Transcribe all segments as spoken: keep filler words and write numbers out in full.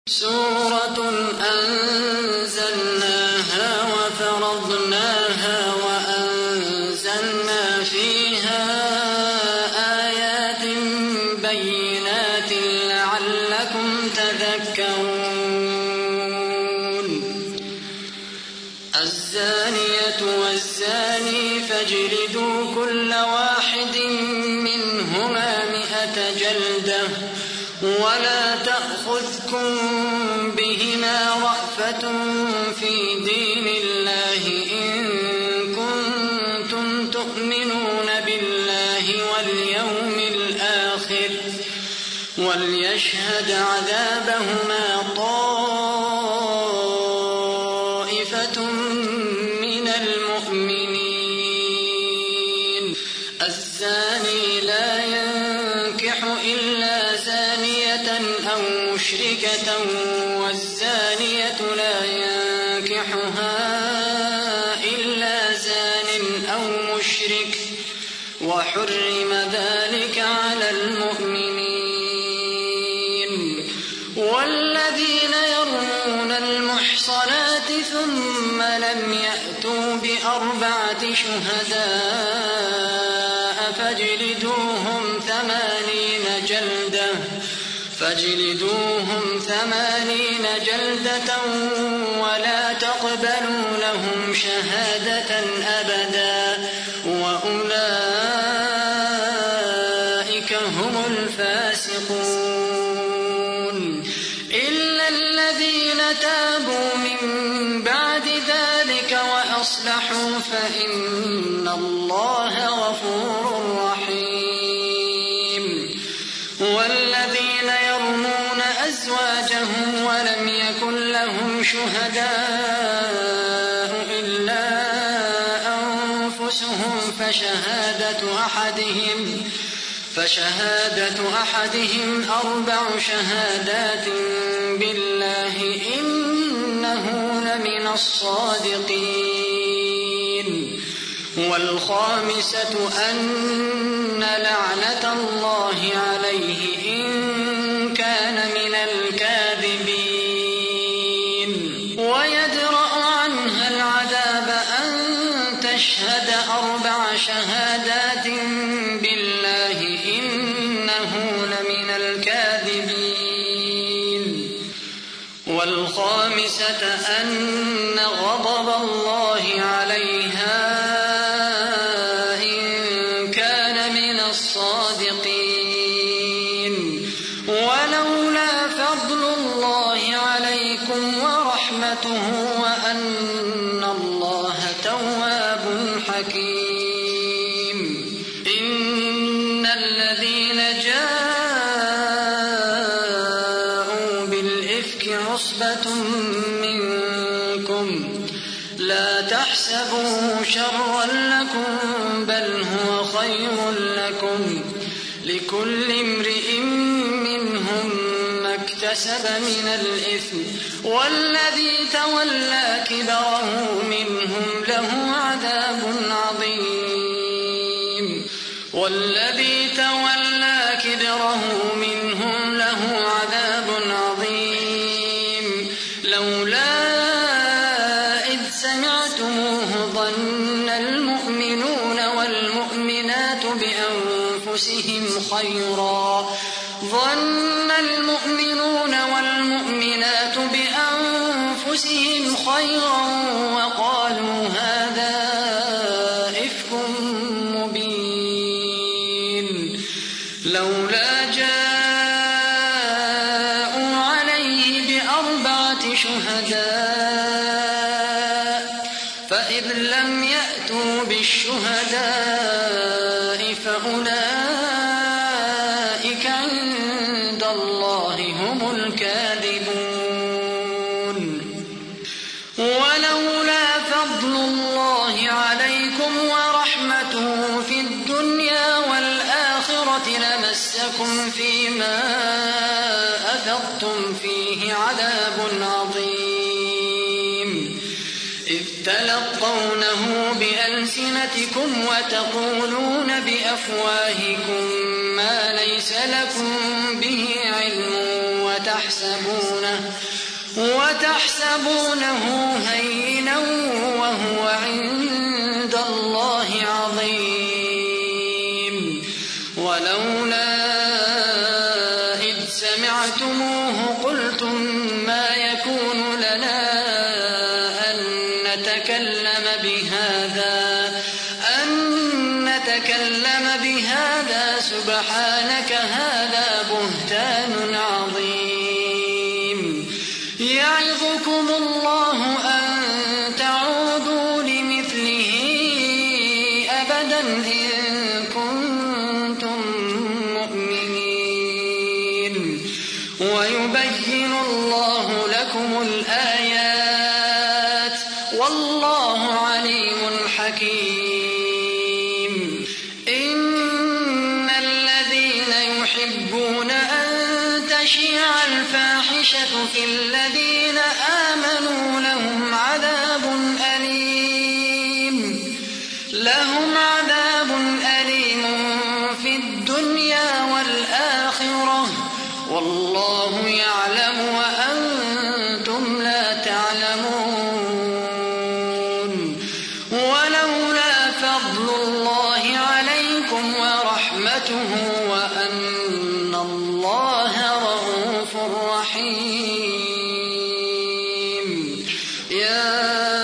سورة أنزلناها وفرضناها وأنزلنا فيها آيات بينات لعلكم تذكرون. الزانية والزاني فاجلدوا كل واحد منهما مئة جلدة ولا تأخذكم بهما رأفة في دين الله إن كنتم تؤمنون بالله واليوم الآخر وليشهد عذابهما طائفة من المؤمنين. الزاني لا ينكح إلا زانية أو مشركة والزانية لا ينكحها إلا زان أو مشرك وحرم ذلك على المؤمنين. والذين يرمون المحصنات ثم لم يأتوا بأربعة شهداء فاجلدوهم ثمانين جلدة فاجلدوهم ثمانين جلدة ولا تقبلوا لهم شهادة أبدا وأولئك هم الفاسقون. إلا الذين تابوا من بعد ذلك وأصلحوا فإن الله غفور رحيم. والذين يرمون أزواجهم ولم يكن لهم شهداء إلا أنفسهم فشهادة أحدهم فشهادة أحدهم أربع شهادات بالله إنه لمن الصادقين. والخامسة أن لعنة الله عليه إن كان من الكاذبين. ويدرأ عنها العذاب أن تشهد أربع شهادات بالله إنه لمن الكاذبين. والخامسة أن غضب الله عليها إن كان من الصادقين. ولولا فضل الله عليكم ورحمته وأن الله تواب حكيم. إن الذين جاءوا بالإفك عصبة منكم لا تحسبوه شرا لكم بل هو خير لكم لكل امرئ منهم ما اكتسب من الإثم والذي تولى كبره منهم له عذاب عظيم. والذي تولى كبره منهم له عذاب عظيم. لولا إذ سمعتموه ظن المؤمنون والمؤمنات بأنفسهم خيرا ظن المؤمنون والمؤمنات بأنفسهم خيرا وقالوا هذا إفك مبين. لولا جاءوا عليه بأربعة شهداء فإذ لم يأتوا بالشهداء فأولئك عند الله هم الكاذبون. ولولا فضل الله عليكم ورحمته في الدنيا والآخرة لمسكم فيما أفضتم فيه عذاب عظيم. إذ تلقونه بألسنتكم وتقولون بأفواهكم ما ليس لكم به علم وتحسبونه وتحسبونه هينا وهو عند الله عظيم ولولا إذ سمعتموه قلتم ما يكون لنا أن نتكلم بهذا أن نتكلم بهذا سبحانك هذا بهتان عظيم يعظكم الله أن تعودوا لمثله أبدا إن كنتم مؤمنين ويبين الله لكم الآيات والله عليم حكيم إن الذين يحبون أن تشيع الفاحشة في الذين آمنوا لهم عذاب أليم لهم عذاب أليم في الدنيا والآخرة والله يعلم وأنتم لا تعلمون ولولا فضل الله عليكم ورحمته وأن الله رؤوف رحيم يا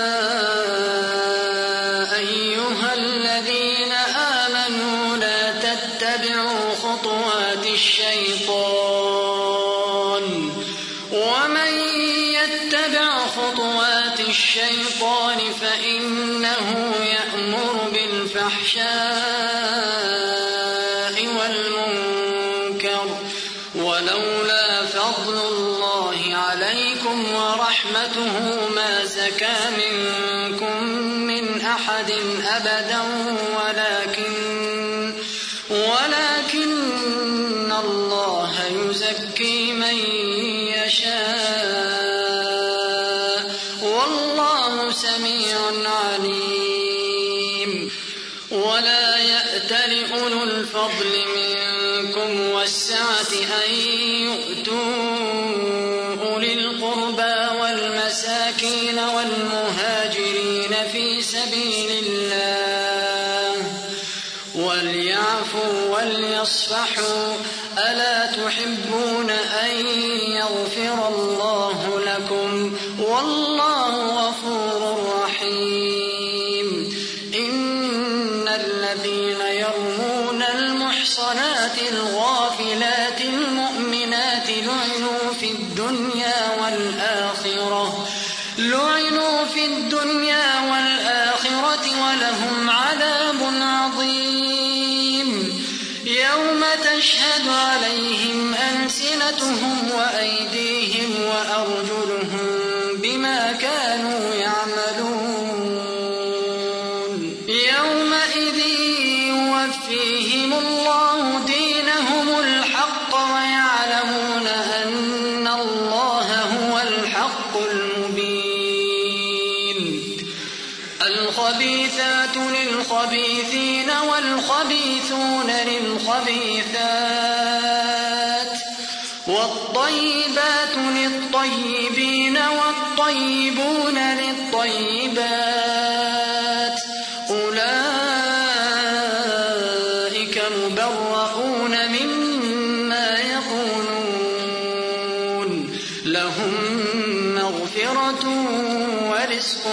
أيها الذين آمنوا لا تتبعوا خطوات الشيطان ومن يتبع خطوات الشيطان فإنه يأمر بالفحشاء والمنكر ولولا فضل الله عليكم ورحمته ما زكى منكم من أحد أبدا ولكن ولكن الله يزكي من يشاء والله سميع عليم ولا يأتل أولو الفضل منكم والسعة أن يؤتوا أولي القربى والمساكين والمهاجرين في سبيل الله وليعفوا وليصفحوا ألا تحبون أن يغفر الله لكم والله غفور رحيم إن الذين يرمون المحصنات الغافلات المؤمنات لعنوا في الدنيا والآخرة لعنوا في الدنيا والآخرة ولهم عذاب عظيم يوم تشهد عليهم ألسنتهم وأيديهم وأرجلهم بما كانوا يعملون يومئذ يوفيهم الله دينهم الحق ويعلمون أن الله هو الحق المبين الخبيثات للخبيثين والخبيثون للخبيثات والطيبات للطيبين والطيبون للطيبات أولئك مبرؤون مما يقولون لهم مغفرة ورزق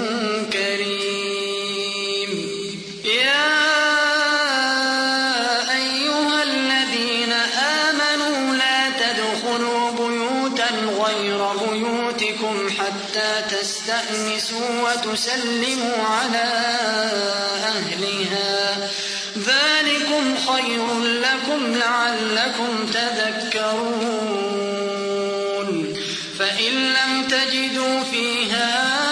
كريم يا أيها الذين آمنوا لا تدخلوا بيوتا غير بيوتكم حتى تستأنسوا وتسلموا على أهلها ذلكم خير لكم لعلكم تذكرون فإن لم تجدوا فيها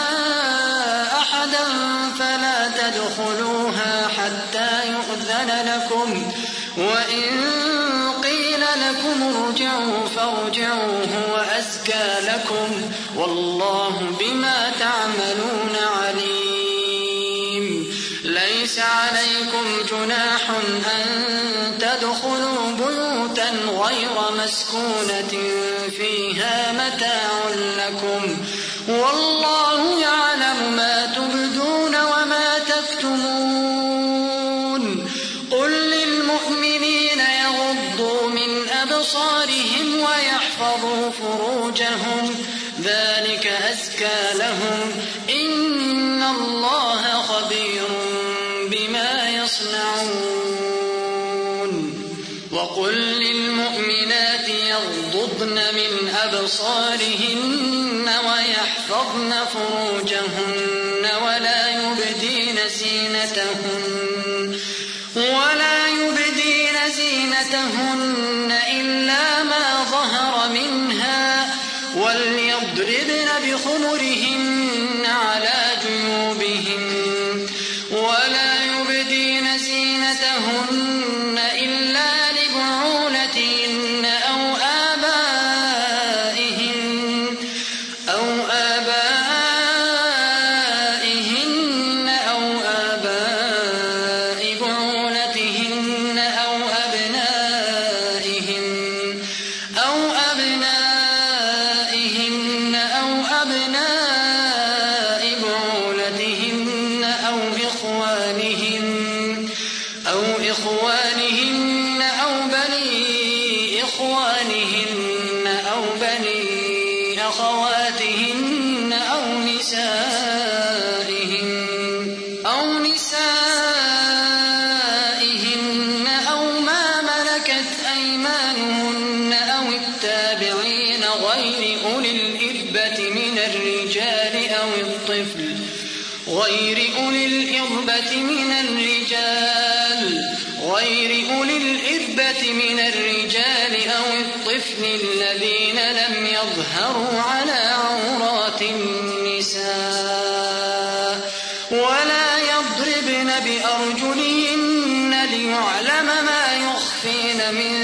أحدا فلا تدخلوها حتى يؤذن لكم وإن قيل لكم ارجعوا فارجعوا هو أزكى لكم والله بما تعملون عليم ليس عليكم جناح أن تدخلوا بيوتا غير مسكونة فيها فيها متاع لكم والله يعلم ما تبدون وما تكتمون قل للمؤمنين يغضوا من أبصارهم ويحفظوا فروجهم ذلك أزكى لهم إن الله خبير بما يصنعون وقل للمؤمنات يغضضن من أبصارهن ويحفظن فروجهن ولا يبدين زينتهن ولا يبدين زينتهن إلا ما ظهر منها وليضربن بخمرهن على جيوبهن ولا يبدين زينتهن إلا لبعولتهن أو آبائهن أو آبائهن أو آباء بعولتهن أو أبنائهن أو أبنائهن أو أبناء بعولتهن أو إخوانهن أو إخوانهن أو بني إخوانهن أو بني أخواتهن أو نسائهن أو نسائهن أو ما ملكت أيمانهن أو التابعين غير أولي الإربة من الرجال أو الطفل غير أولي الإربة من الرجال غير أولي الإربة من الرجال أو الطفل الذين لم يظهروا على عورات النساء ولا يضربن بأرجلهن ليعلم ما يخفين من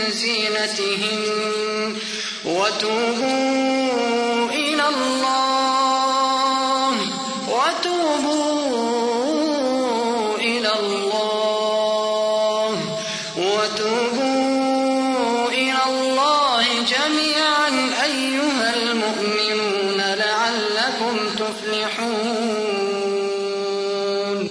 زينتهن وتوبوا إلى الله وتوبوا إلى الله وتوبوا إلى الله جميعا أيها المؤمنون لعلكم تفلحون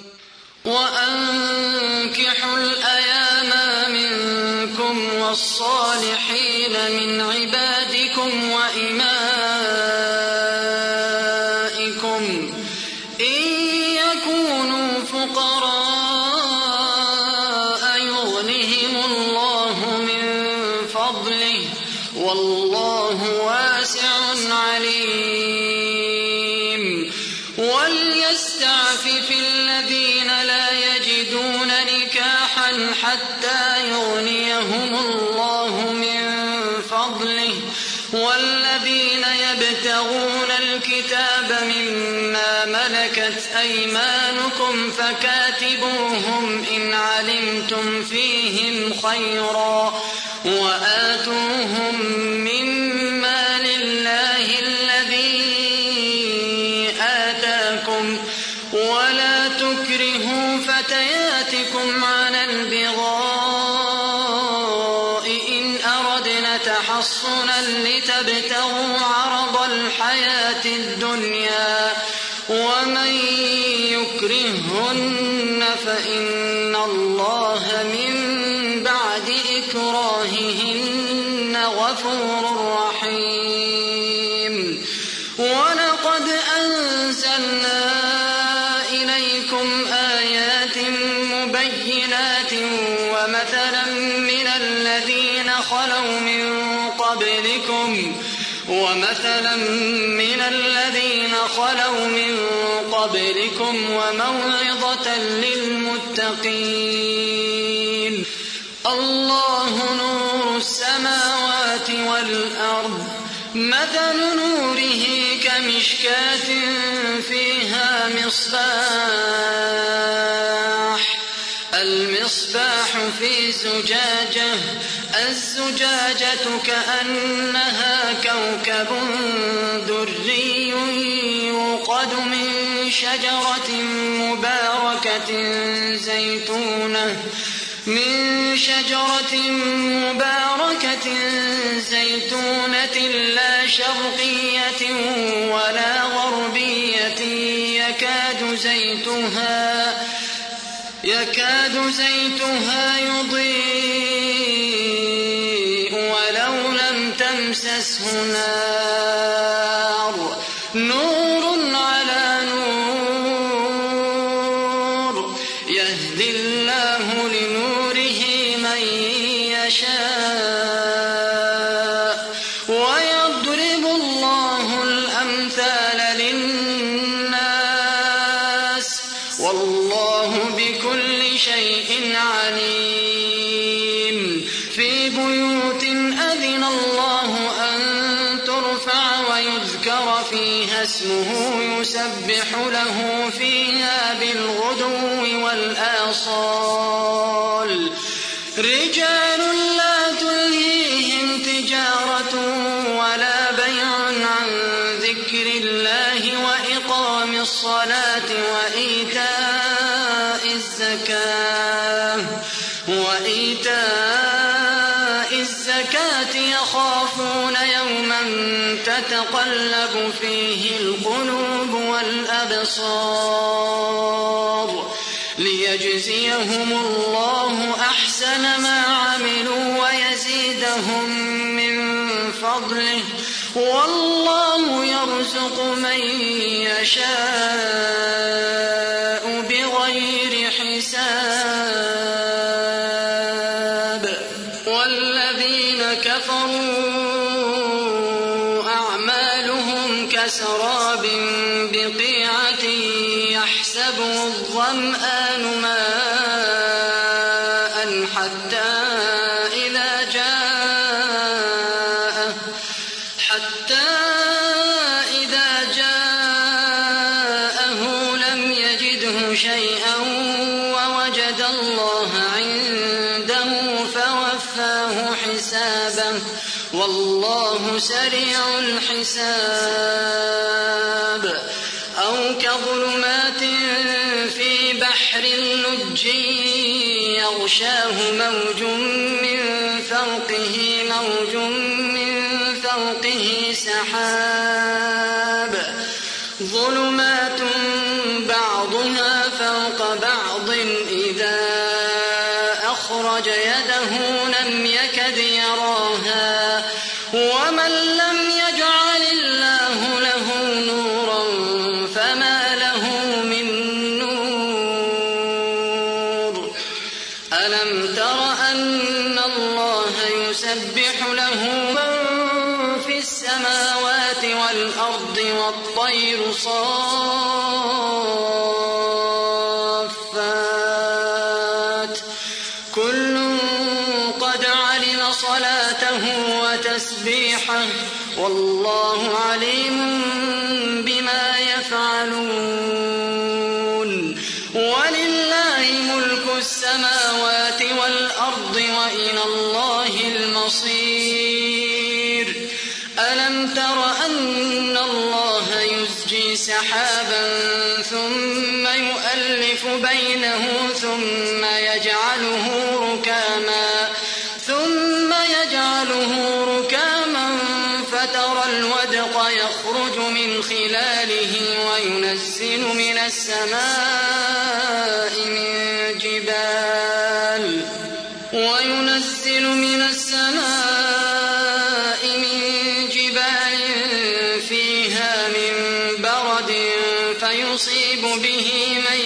وأنكحوا الأيام منكم والصالحين من عبادكم وإمائكم إن يكونوا فقراء يغنهم الله من فضله والله واسع عليم وليستعفف الذين لا يجدون نكاحا حتى يغنيهم الله من فضله والذين يبتغون الكتاب مما ملكت أيمانكم فكاتبوهم إن علمتم فيهم خيرا وآتوهم مما لله الذي آتاكم ولا تكرهوا فتياتكم على البغاء إن أردنا تحصنا لتبتغوا عرض الحياة الدنيا ومن يكرهن فإن الله من بعد إكراههن غفور رحيم ولقد أنزلنا إليكم آيات مبينات ومثلا من الذين خلوا من قبلكم ومثلا من الذين خلوا من قبلكم وموعظة للمتقين الله نور السماوات والأرض مثل نوره كمشكاة فيها مصباح المصباح في زجاجة الزجاجة كأنها كوكب دري يوقد من شجرة مباركة زيتونة من شجرة مباركة زيتونة لا شرقية ولا غربية يكاد زيتها يكاد زيتها يضيء ولو لم تمسسه نار نور على نور يهدي الله لنوره من يشاء ويضرب الله الأمثال للناس والله بكل شيء عليم. في بيوت أذن الله أن ترفع ويذكر فيها اسمه يسبح له فيها بالغدو والآصال رجال لا تلهيهم تجارة ولا بيع عن ذكر الله وإقام الصلاة وإيتاء الزكاة وإيتاء الزكاة يخافون يوما تتقلب فيه القلوب والأبصار ليجزيهم الله أحسن ما عملوا ويزيدهم من فضله والله يرزق من يشاء بغير حساب. والذين كفروا أعمالهم كسراب بقيعة يحسبه الظمآن ماء حتى إذا جاءه حتى إذا جاءه لم يجده شيئا ووجد الله عنده فوفاه حسابه والله سريع الحساب. أو كظلمات في بحر لج يغشاه موج من فوقه موج من فوقه سحاب ظلمات بعضها فوق بعض إذا أخرج يده لم يكد يراها ومن لم يجعل الله له نورا فما له من نور. ألم تر أن الله يسبح له من في السماوات والأرض والطير صافات كل قد علم صلاته وتسبيحه والله عليم بما يفعلون. ولله ملك السماوات والأرض وإلى الله المصير. ألم تر أن الله يزجي سحابا ثم يؤلف بينه ثم يجعله ركاما ثم يجعله ركاما فترى الودق يخرج من خلاله وينزل من السماء من جبال وينزل من السماء من جبال فيها من برد فيصيب به من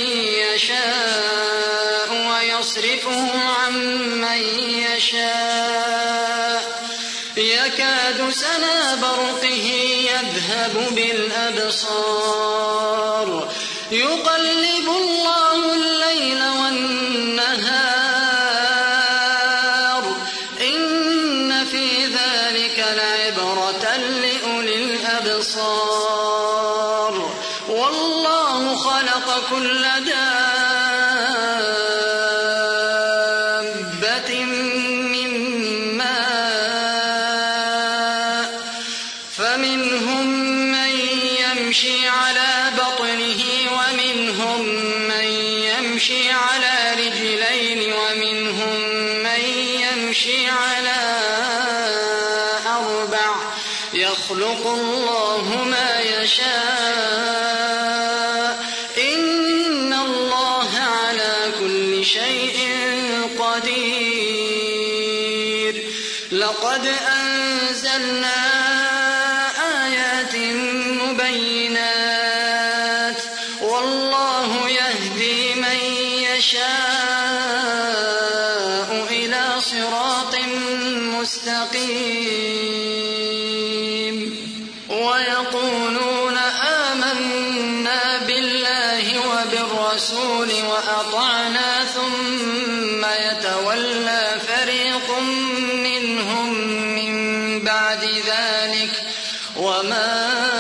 يشاء ويصرفه عن من يشاء يكاد سنا برقه يذهب بالأبصار يقلب الله الليل والنهار إن في ذلك لعبرة لأولي الأبصار. والله خلق كل دابة من ماء فمنهم من يمشي على بطنه ومنهم من يمشي على رجلين ومنهم الله ما يشاء إن الله على كل شيء قدير. لقد أنزلنا آيات مبينات والله يهدي من يشاء إلى صراط مستقيم. ويقولون آمنا بالله وبالرسول وأطعنا ثم يتولى فريق منهم من بعد ذلك وما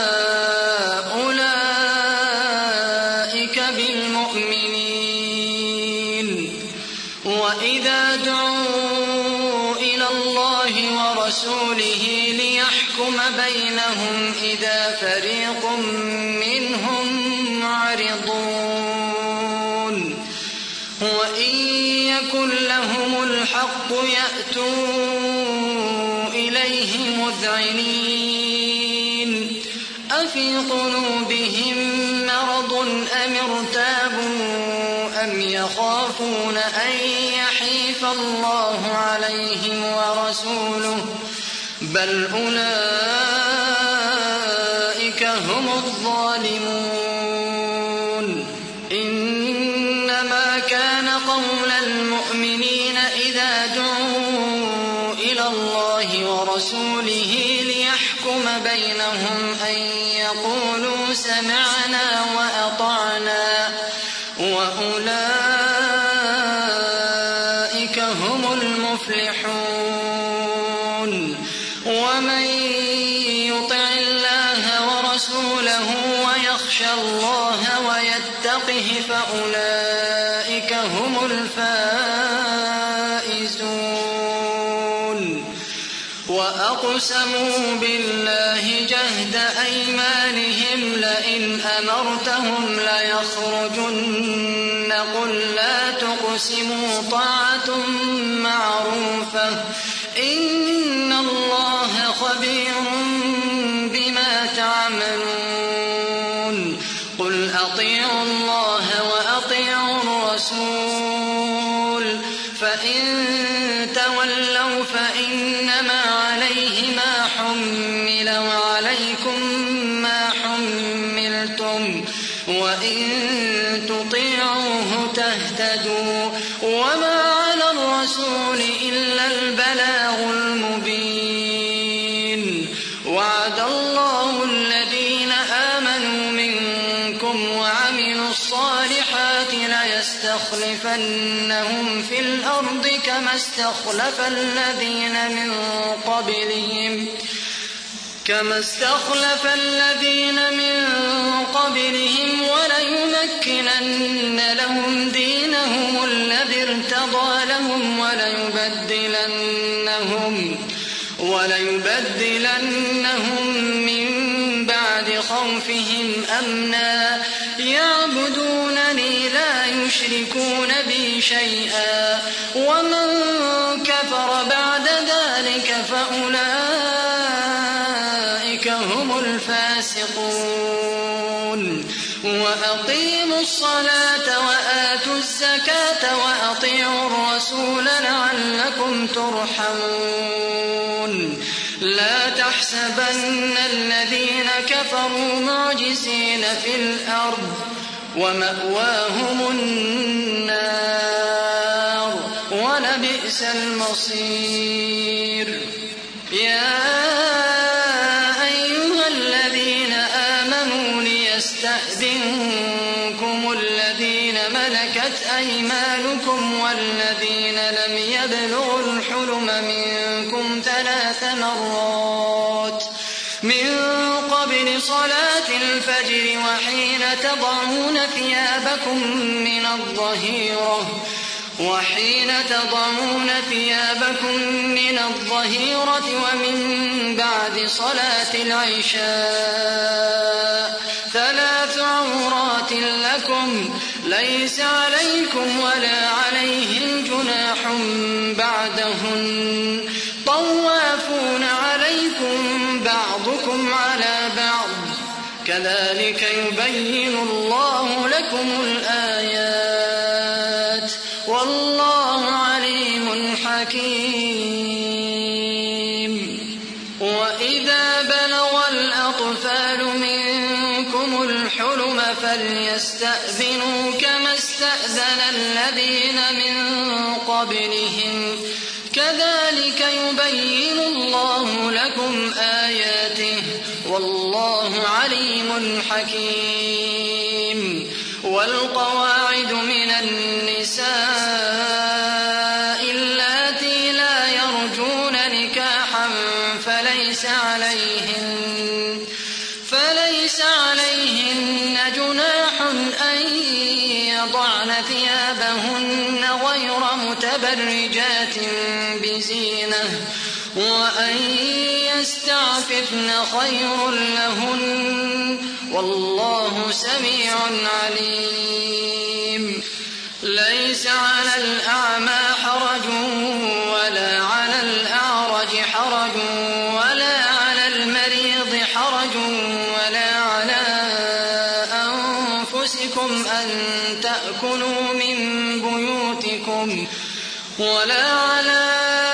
أولئك بالمؤمنين. وإذا دعوا إلى الله ورسوله ليحكم بينهم إذا فريق منهم معرضون. وإن يكن لهم الحق يأتوا إليه مذعنين. أفي قلوبهم مرض أم ارتابوا أم يخافون أن يحيف الله عليهم ورسوله بل أولئك هم الظالمون. إنما كان قول المؤمنين إذا دعوا إلى الله ورسوله ليحكم بينهم أن يقولوا سمعنا وأطعنا وأولئك هم المفلحون. ومن يطع الله ورسوله ويخشى الله ويتقه فأولئك هم الفائزون. وأقسموا بالله جهد أيمانهم لئن أمرتهم ليخرجن قل لا تقسموا طاعة معروفة إن الله خبير بما تعملون. قل أطيعوا الله وأطيعوا الرسول فإن تولوا فإنما عليه ما حمل وعليكم ما حملتم وإن تطيعوه تهتدوا وما على الرسول إلا البلاغ المبين. وعد الله الذين آمنوا منكم وعملوا الصالحات ليستخلفنهم في الأرض كما استخلف الذين من قبلهم كما استخلف الذين من قبلهم وليمكنن لهم دينهم الذي ارتضى لهم وليبدلنهم وليبدلنهم من بعد خوفهم أمنا يعبدونني لا يشركون بي شيئا ومن كفر بعد ذلك فأولئك هم الفاسقون. وأقيموا الصلاة وآتوا الزكاة وأطيعوا الرسول لعلكم ترحمون. لا تحسبن الذين كفروا معجزين في الأرض ومأواهم النار ولبئس المصير. يا أيها الذين آمنوا ليستأذنكم الذين ملكت أيمانكم والذين لم يبلغوا الحلم منكم ثلاث مرات من قبل صلاة الفجر وحين تضعون ثيابكم من الظهيرة وحين تضعون ثيابكم من الظهيرة ومن بعد صلاة العشاء ثلاث عورات لكم ليس عليكم ولا عليهم جناح بعدهن طوافون عليكم بعضكم على بعض كذلك يبين الله لكم الآيات والله عليم حكيم. وإذا بلغ الأطفال منكم الحلم فليستأذنوا كما استأذن الذين من قبلهم كذلك يبين الله لكم آياته والله عليم حكيم. والقواعد من النساء اللاتي لا يرجون نكاحا فليس عليهن فليس عليهن جناح أن يضعن ثيابهن غير متبرجات بزينة وأن يستعففن خير لهن والله سميع عليم. ليس على الأعمى حرج ولا على الأعرج حرج ولا على المريض حرج ولا على أنفسكم أن تأكلوا من بيوتكم ولا على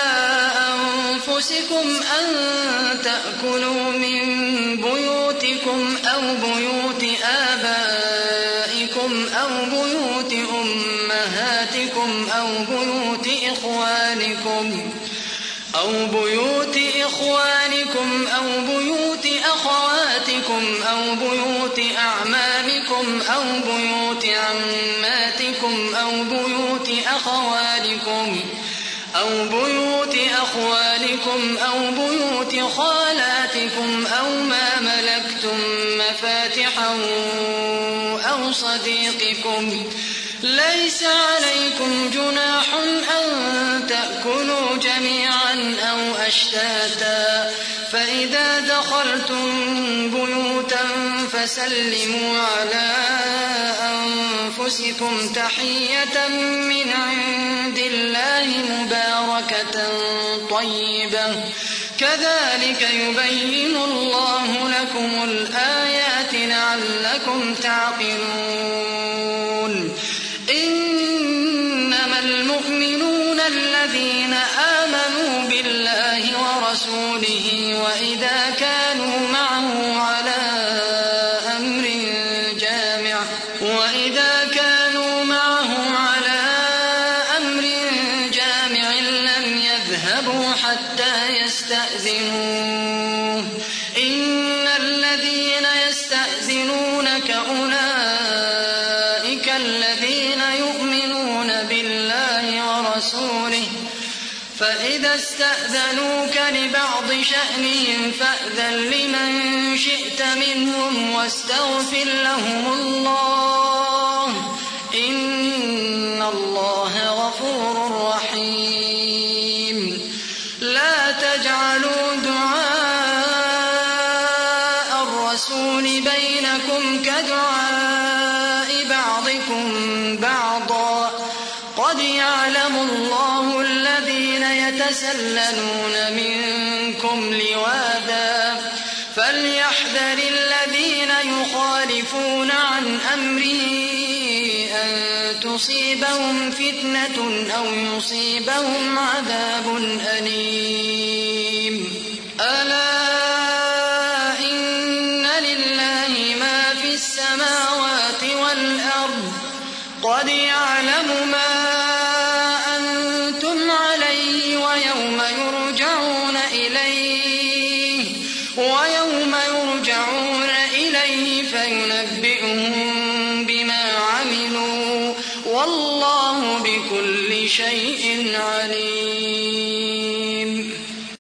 أنفسكم أن تأكلوا من بيوتكم أو بيوت آبائكم أو بيوت أمهاتكم أو بيوت إخوانكم أو بيوت إخوانكم أو بيوت أخواتكم أو بيوت أعمامكم أو بيوت عماتكم أو بيوت أخوالكم أو بيوت أخوالكم أو بيوت خالاتكم أو ما ملكتم مفاتحه أو صديقكم. ليس عليكم جناح أن تأكلوا جميعا أو أشتاتا فإذا دخلتم بيوتا فسلموا على أنفسكم تحية من عند الله مباركة طيبة كذلك يبين الله لكم الآيات لعلكم تعقلون. إنما المؤمنون الذين آمنوا بالله ورسوله وإذا كانوا معه على أمر جامع وإذا كانوا معه على أمر جامع لم يذهبوا حتى يستأذنوه. إن الذين يستأذنونك أولئك الذين يؤمنون بالله ورسوله فإذا استأذنوك لبعض شأنهم فأذن لمن شئت منهم واستغفر لهم الله إن الله غفور رحيم. لا تجعلوا دعاء الرسول بينكم كدعاء بعضكم بعضا قد يعلم الله الذين يتسللون منكم لواذا فليحذر الذين يخالفون عن أمره أن تصيبهم فتنة أو يصيبهم عذاب أليم. ألا إن لله ما في السماوات والأرض قد يعلم ما أنتم عليه ويوم يرجعون إليه ويوم يرجعون إليه فينبئهم بما عملوا والله بكل شيء عليم.